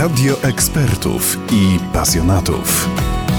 Radio ekspertów i pasjonatów.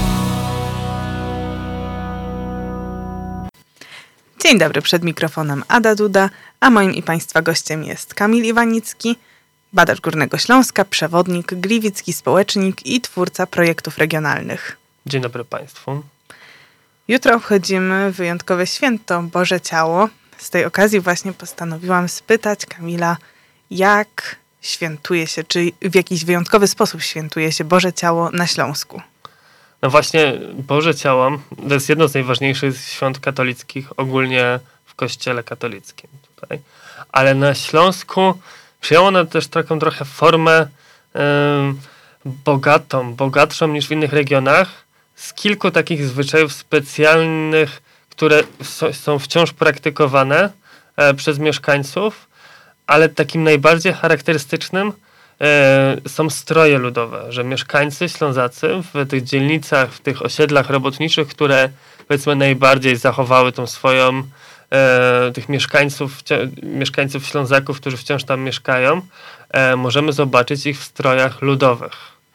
Dzień dobry, przed mikrofonem Ada Duda, a moim i Państwa gościem jest Kamil Iwanicki, badacz Górnego Śląska, przewodnik, gliwicki społecznik i twórca projektów regionalnych. Dzień dobry Państwu. Jutro obchodzimy wyjątkowe święto Boże Ciało. Z tej okazji właśnie postanowiłam spytać Kamila, jak świętuje się, czy w jakiś wyjątkowy sposób świętuje się Boże Ciało na Śląsku. No właśnie, Boże Ciało to jest jedno z najważniejszych świąt katolickich ogólnie w Kościele katolickim tutaj. Ale na Śląsku przyjęło ono też taką trochę formę bogatszą niż w innych regionach, z kilku takich zwyczajów specjalnych, które są wciąż praktykowane przez mieszkańców, ale takim najbardziej charakterystycznym są stroje ludowe, że mieszkańcy ślązacy w tych dzielnicach, w tych osiedlach robotniczych, które powiedzmy najbardziej zachowały tą swoją, tych mieszkańców Ślązaków, którzy wciąż tam mieszkają, możemy zobaczyć ich w strojach ludowych.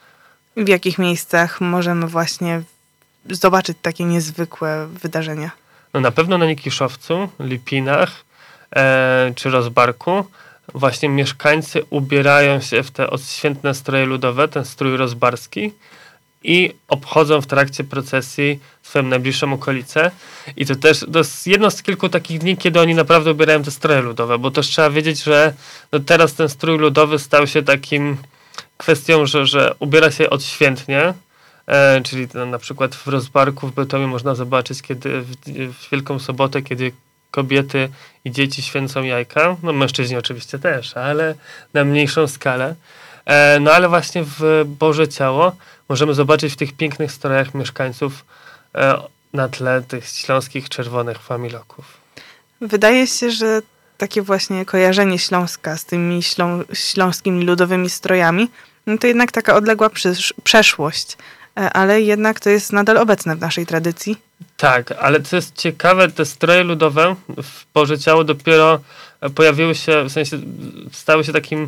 W jakich miejscach możemy właśnie zobaczyć takie niezwykłe wydarzenia? No na pewno na Nikiszowcu, Lipinach czy Rozbarku właśnie mieszkańcy ubierają się w te odświętne stroje ludowe, ten strój rozbarski i obchodzą w trakcie procesji swoją najbliższą okolicę. I to jest jedno z kilku takich dni, kiedy oni naprawdę ubierają te stroje ludowe, bo też trzeba wiedzieć, że no teraz ten strój ludowy stał się takim kwestią, że ubiera się odświętnie, czyli na przykład w Rozbarku w Bytomiu można zobaczyć, kiedy w Wielką Sobotę, kiedy kobiety i dzieci święcą jajka, no mężczyźni oczywiście też, ale na mniejszą skalę. No ale właśnie w Boże Ciało możemy zobaczyć w tych pięknych strojach mieszkańców na tle tych śląskich czerwonych familoków. Wydaje się, że takie właśnie kojarzenie Śląska z tymi śląskimi ludowymi strojami, no to jednak taka odległa przeszłość, ale jednak to jest nadal obecne w naszej tradycji. Tak, ale co jest ciekawe, te stroje ludowe w Boże Ciało dopiero pojawiły się, w sensie stały się takim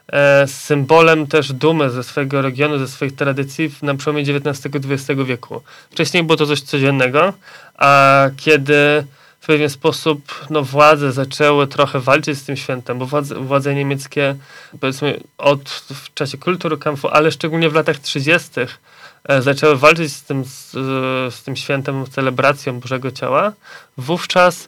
symbolem też dumy ze swojego regionu, ze swoich tradycji na przełomie XIX-XX wieku. Wcześniej było to coś codziennego, a kiedy w pewien sposób władze zaczęły trochę walczyć z tym świętem, bo władze niemieckie powiedzmy w czasie Kulturkampfu, ale szczególnie w latach 30. zaczęły walczyć z tym świętem, celebracją Bożego Ciała, wówczas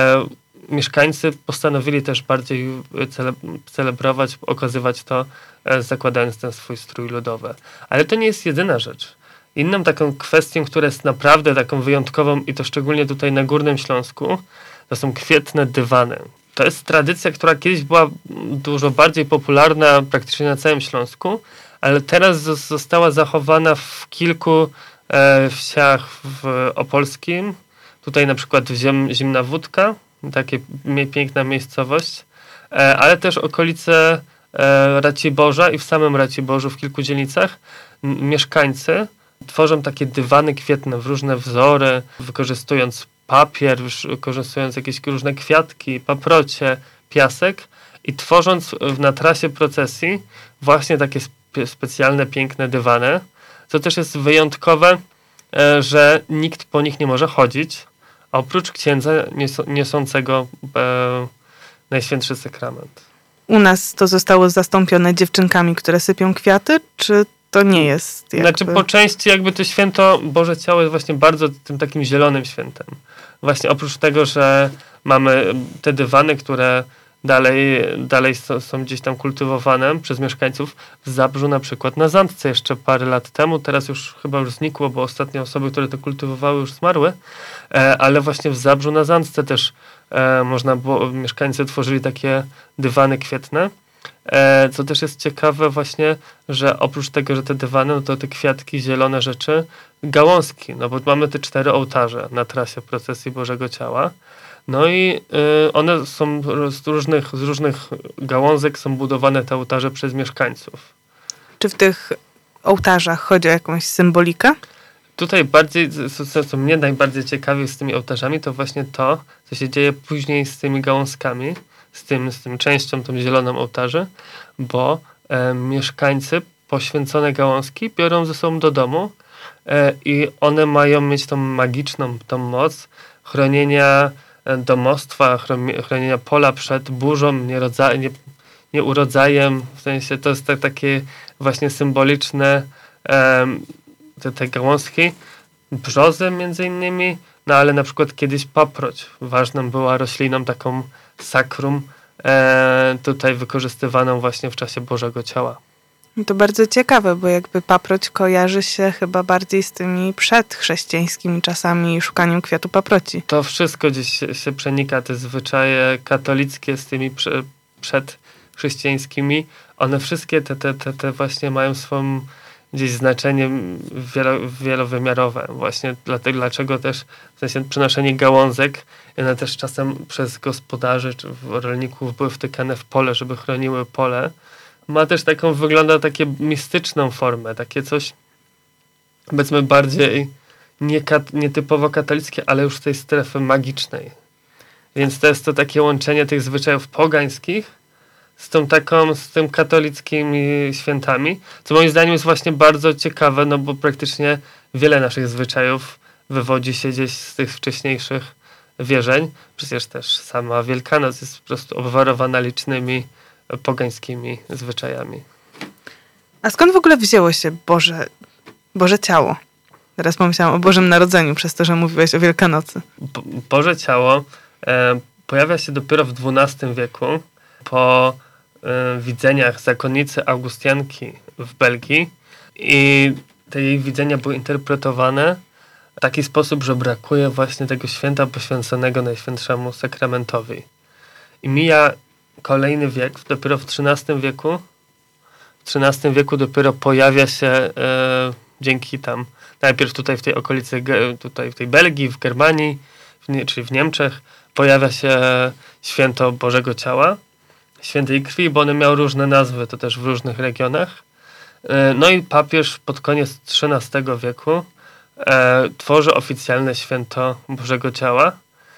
mieszkańcy postanowili też bardziej celebrować, okazywać to, zakładając ten swój strój ludowy. Ale to nie jest jedyna rzecz. Inną taką kwestią, która jest naprawdę taką wyjątkową i to szczególnie tutaj na Górnym Śląsku, to są kwietne dywany. To jest tradycja, która kiedyś była dużo bardziej popularna praktycznie na całym Śląsku, ale teraz została zachowana w kilku wsiach w Opolskim. Tutaj na przykład Zimna Wódka, takie piękna miejscowość, ale też okolice Raciborza i w samym Raciborzu w kilku dzielnicach mieszkańcy tworzą takie dywany kwietne w różne wzory, wykorzystując papier, wykorzystując jakieś różne kwiatki, paprocie, piasek i tworząc na trasie procesji właśnie takie specjalne, piękne dywany, co też jest wyjątkowe, że nikt po nich nie może chodzić, a oprócz księdza niosącego Najświętszy Sakrament. U nas to zostało zastąpione dziewczynkami, które sypią kwiaty, czy to nie jest jakby... Znaczy po części jakby to święto Boże Ciało jest właśnie bardzo tym takim zielonym świętem. Właśnie oprócz tego, że mamy te dywany, które dalej są gdzieś tam kultywowane przez mieszkańców. W Zabrzu na przykład, na Zandce jeszcze parę lat temu, teraz już chyba znikło, bo ostatnie osoby, które to kultywowały, już zmarły, ale właśnie w Zabrzu na Zandce też mieszkańcy tworzyli takie dywany kwietne, co też jest ciekawe właśnie, że oprócz tego, że te dywany, no to te kwiatki, zielone rzeczy, gałązki, no bo mamy te 4 ołtarze na trasie procesji Bożego Ciała. No i one są z różnych gałązek są budowane te ołtarze przez mieszkańców. Czy w tych ołtarzach chodzi o jakąś symbolikę? Tutaj bardziej, co mnie najbardziej ciekawi z tymi ołtarzami, to właśnie to, co się dzieje później z tymi gałązkami, z tym częścią, tą zieloną ołtarzy, bo mieszkańcy poświęcone gałązki biorą ze sobą do domu i one mają mieć tą magiczną tą moc chronienia domostwa, chronienia pola przed burzą, nieurodzajem. W sensie to jest takie właśnie symboliczne te gałązki. Brzozę między innymi, no ale na przykład kiedyś paproć ważną była rośliną taką sakrum, tutaj wykorzystywaną właśnie w czasie Bożego Ciała. To bardzo ciekawe, bo jakby paproć kojarzy się chyba bardziej z tymi przedchrześcijańskimi czasami i szukaniem kwiatu paproci. To wszystko gdzieś się przenika, te zwyczaje katolickie z tymi przedchrześcijańskimi. One wszystkie te właśnie mają swoją gdzieś znaczenie wielowymiarowe. Właśnie dlaczego też w sensie przenoszenie gałązek, one też czasem przez gospodarzy czy rolników były wtykane w pole, żeby chroniły pole. Ma też wygląda takie mistyczną formę, takie coś powiedzmy bardziej nietypowo katolickie, ale już z tej strefy magicznej. Więc to jest to takie łączenie tych zwyczajów pogańskich z tym katolickimi świętami, co moim zdaniem jest właśnie bardzo ciekawe, no bo praktycznie wiele naszych zwyczajów wywodzi się gdzieś z tych wcześniejszych wierzeń. Przecież też sama Wielkanoc jest po prostu obwarowana licznymi pogańskimi zwyczajami. A skąd w ogóle wzięło się Boże Ciało? Teraz pomyślałam o Bożym Narodzeniu, przez to, że mówiłeś o Wielkanocy. Boże Ciało pojawia się dopiero w XII wieku po widzeniach zakonnicy Augustianki w Belgii i te jej widzenia były interpretowane w taki sposób, że brakuje właśnie tego święta poświęconego Najświętszemu Sakramentowi. I mija kolejny wiek, dopiero w XIII wieku. W XIII wieku dopiero pojawia się dzięki najpierw tutaj w tej okolicy, tutaj w tej Belgii, w Germanii, czyli w Niemczech, pojawia się święto Bożego Ciała, świętej krwi, bo one miały różne nazwy, to też w różnych regionach. No i papież pod koniec XIII wieku tworzy oficjalne święto Bożego Ciała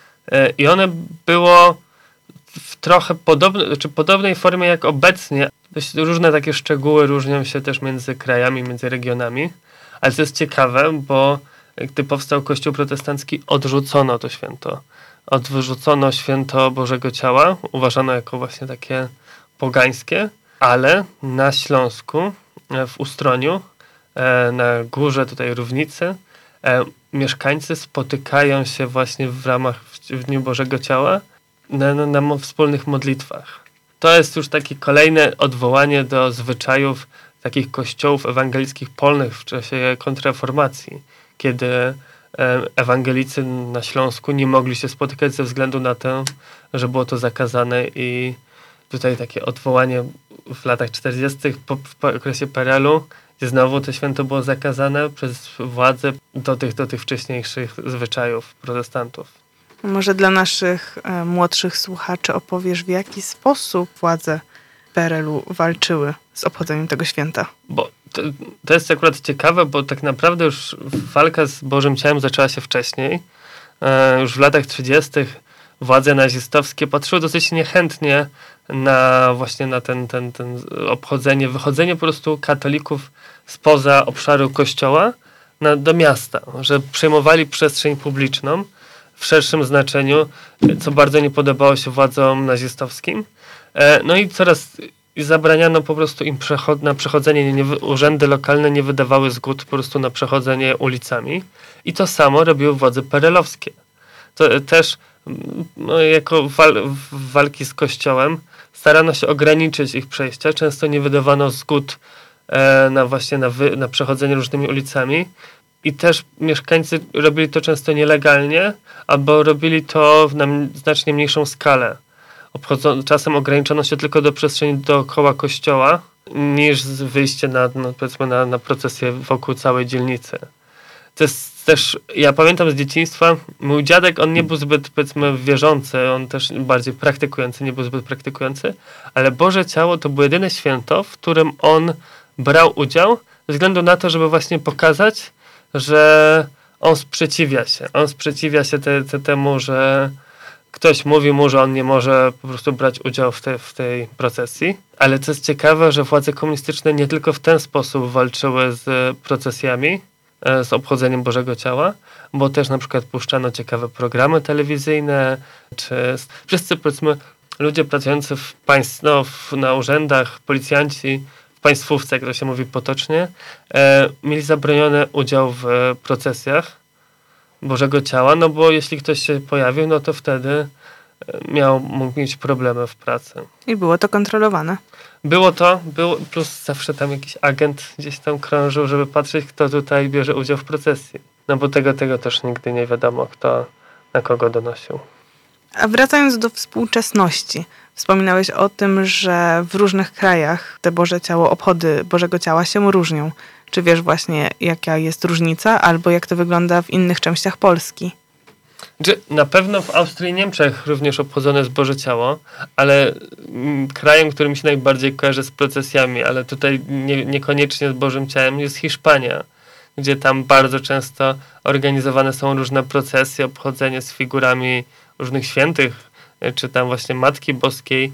i one było w trochę podobnej formie jak obecnie. Dość różne takie szczegóły różnią się też między krajami, między regionami, ale to jest ciekawe, bo gdy powstał Kościół protestancki, odrzucono to święto. Odrzucono święto Bożego Ciała, uważano jako właśnie takie pogańskie, ale na Śląsku, w Ustroniu, na górze tutaj Równicy, mieszkańcy spotykają się właśnie w Dniu Bożego Ciała na wspólnych modlitwach. To jest już takie kolejne odwołanie do zwyczajów takich kościołów ewangelickich polnych w czasie kontrreformacji, kiedy ewangelicy na Śląsku nie mogli się spotykać ze względu na to, że było to zakazane i tutaj takie odwołanie w latach 40. w okresie PRL-u, gdzie znowu to święto było zakazane przez władze do tych wcześniejszych zwyczajów protestantów. Może dla naszych młodszych słuchaczy opowiesz, w jaki sposób władze PRL-u walczyły z obchodzeniem tego święta? Bo to jest akurat ciekawe, bo tak naprawdę już walka z Bożym Ciałem zaczęła się wcześniej. Już w latach 30. władze nazistowskie patrzyły dosyć niechętnie na ten obchodzenie, wychodzenie po prostu katolików spoza obszaru kościoła do miasta, że przejmowali przestrzeń publiczną w szerszym znaczeniu, co bardzo nie podobało się władzom nazistowskim. No i zabraniano po prostu im na przechodzenie, urzędy lokalne nie wydawały zgód po prostu na przechodzenie ulicami. I to samo robiły władze perelowskie. To też jako walki z kościołem starano się ograniczyć ich przejścia. Często nie wydawano zgód na przechodzenie różnymi ulicami. I też mieszkańcy robili to często nielegalnie, albo robili to na znacznie mniejszą skalę. Czasem ograniczono się tylko do przestrzeni dookoła kościoła, niż wyjście na procesję wokół całej dzielnicy. To jest też, ja pamiętam z dzieciństwa, mój dziadek, on nie był zbyt, wierzący, on też bardziej praktykujący, nie był zbyt praktykujący, ale Boże Ciało to było jedyne święto, w którym on brał udział, ze względu na to, żeby właśnie pokazać, że on sprzeciwia się. On sprzeciwia się temu, że ktoś mówi mu, że on nie może po prostu brać udziału w tej procesji. Ale co jest ciekawe, że władze komunistyczne nie tylko w ten sposób walczyły z procesjami, z obchodzeniem Bożego Ciała, bo też na przykład puszczano ciekawe programy telewizyjne, czy wszyscy, powiedzmy, ludzie pracujący w na urzędach, policjanci, w państwówce, jak to się mówi potocznie, mieli zabroniony udział w procesjach Bożego Ciała, no bo jeśli ktoś się pojawił, no to wtedy mógł mieć problemy w pracy. I było to kontrolowane. Było plus zawsze tam jakiś agent gdzieś tam krążył, żeby patrzeć, kto tutaj bierze udział w procesji. No bo tego też nigdy nie wiadomo, kto na kogo donosił. A wracając do współczesności, wspominałeś o tym, że w różnych krajach te obchody Bożego Ciała się różnią. Czy wiesz właśnie, jaka jest różnica, albo jak to wygląda w innych częściach Polski? Na pewno w Austrii i Niemczech również obchodzone jest Boże Ciało, ale krajem, który mi się najbardziej kojarzy z procesjami, ale tutaj niekoniecznie z Bożym Ciałem, jest Hiszpania, gdzie tam bardzo często organizowane są różne procesje, obchodzenie z figurami różnych świętych, czy tam właśnie Matki Boskiej,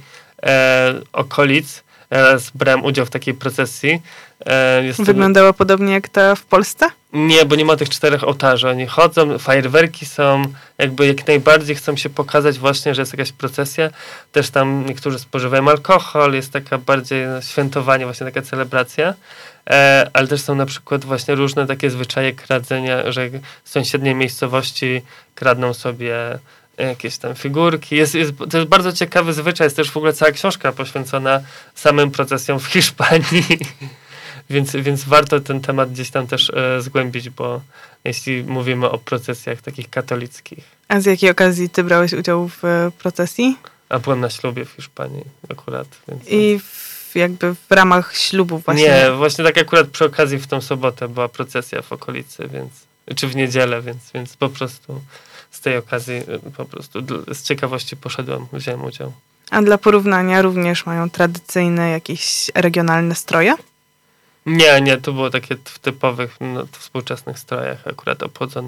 okolic. Raz brałem udział w takiej procesji. Wyglądała podobnie jak ta w Polsce? Nie, bo nie ma tych 4 ołtarzy. Oni chodzą, fajerwerki są, jakby jak najbardziej chcą się pokazać właśnie, że jest jakaś procesja. Też tam niektórzy spożywają alkohol, jest taka bardziej świętowanie, właśnie taka celebracja. Ale też są na przykład właśnie różne takie zwyczaje kradzenia, że w sąsiedniej miejscowości kradną sobie jakieś tam figurki. To jest bardzo ciekawy zwyczaj. Jest też w ogóle cała książka poświęcona samym procesjom w Hiszpanii. Więc warto ten temat gdzieś tam też zgłębić, bo jeśli mówimy o procesjach takich katolickich. A z jakiej okazji ty brałeś udział w procesji? A byłem na ślubie w Hiszpanii akurat. Więc I jakby w ramach ślubu właśnie? Nie, właśnie tak akurat przy okazji w tą sobotę była procesja w okolicy, czy w niedzielę, więc po prostu z tej okazji po prostu z ciekawości wziąłem udział. A dla porównania również mają tradycyjne jakieś regionalne stroje? Nie, to było takie w typowych, współczesnych strojach akurat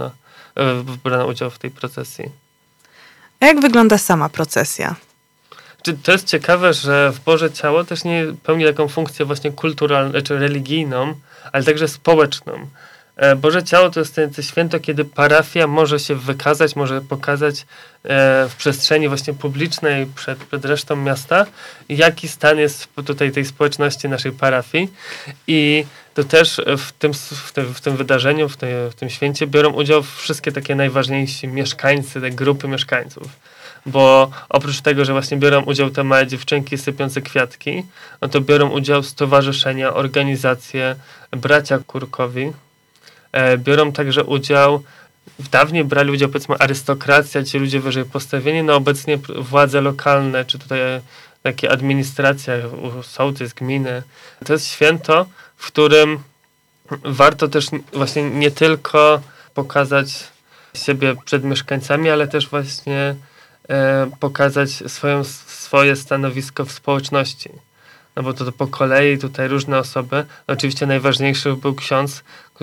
brano udział w tej procesji. A jak wygląda sama procesja? To jest ciekawe, że w Boże Ciało też nie pełni taką funkcję właśnie kulturalną, czy religijną, ale także społeczną. Boże Ciało to jest to święto, kiedy parafia może się wykazać, może pokazać w przestrzeni właśnie publicznej przed resztą miasta, jaki stan jest tutaj tej społeczności naszej parafii. I to też w tym wydarzeniu, w tym święcie biorą udział wszystkie takie najważniejsi mieszkańcy, te grupy mieszkańców. Bo oprócz tego, że właśnie biorą udział te małe dziewczynki sypiące kwiatki, no to biorą udział stowarzyszenia, organizacje, bracia kurkowi. Biorą także udział, dawniej brali udział powiedzmy arystokracja, ci ludzie wyżej postawieni, no obecnie władze lokalne, czy tutaj takie administracja, sołtys, gminy. To jest święto, w którym warto też właśnie nie tylko pokazać siebie przed mieszkańcami, ale też właśnie pokazać swoje stanowisko w społeczności. No bo to po kolei tutaj różne osoby. Oczywiście najważniejszy był ksiądz,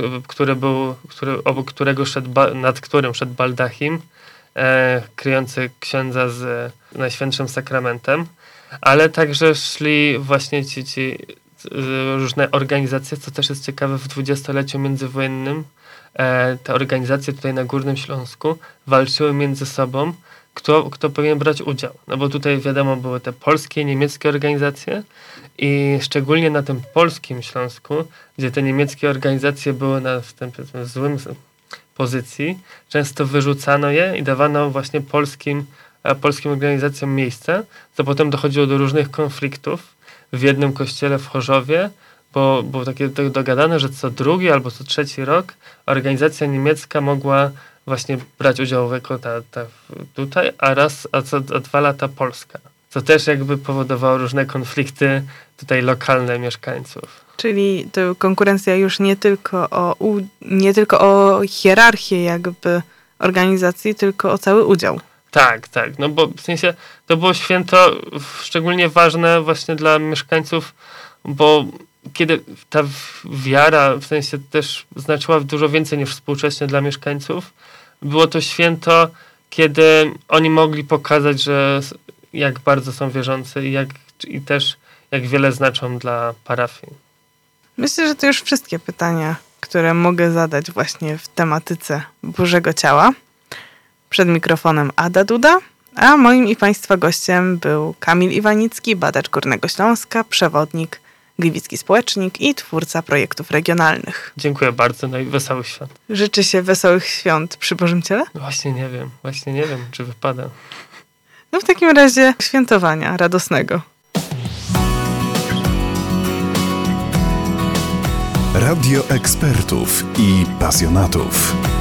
nad którym szedł baldachim, kryjący księdza z Najświętszym Sakramentem, ale także szli właśnie ci różne organizacje, co też jest ciekawe w dwudziestoleciu międzywojennym. Te organizacje tutaj na Górnym Śląsku walczyły między sobą, kto powinien brać udział. No bo tutaj wiadomo, były te polskie, niemieckie organizacje i szczególnie na tym polskim Śląsku, gdzie te niemieckie organizacje były w tym złym pozycji, często wyrzucano je i dawano właśnie polskim organizacjom miejsce, co potem dochodziło do różnych konfliktów. W jednym kościele w Chorzowie było takie dogadane, że co drugi albo co trzeci rok organizacja niemiecka mogła właśnie brać udział jako tutaj, a co 2 lata Polska. Co też jakby powodowało różne konflikty tutaj lokalne mieszkańców. Czyli to konkurencja już nie tylko o hierarchię jakby organizacji, tylko o cały udział. Tak. No bo w sensie to było święto szczególnie ważne właśnie dla mieszkańców, bo kiedy ta wiara w sensie też znaczyła dużo więcej niż współcześnie dla mieszkańców, było to święto, kiedy oni mogli pokazać, że jak bardzo są wierzący i też jak wiele znaczą dla parafii. Myślę, że to już wszystkie pytania, które mogę zadać właśnie w tematyce Bożego Ciała. Przed mikrofonem Ada Duda, a moim i Państwa gościem był Kamil Iwanicki, badacz Górnego Śląska, przewodnik, gliwicki społecznik i twórca projektów regionalnych. Dziękuję bardzo, no i wesołych świąt. Życzę się wesołych świąt przy Bożym Ciele? Właśnie nie wiem, czy wypada. No w takim razie świętowania radosnego. Radio ekspertów i pasjonatów.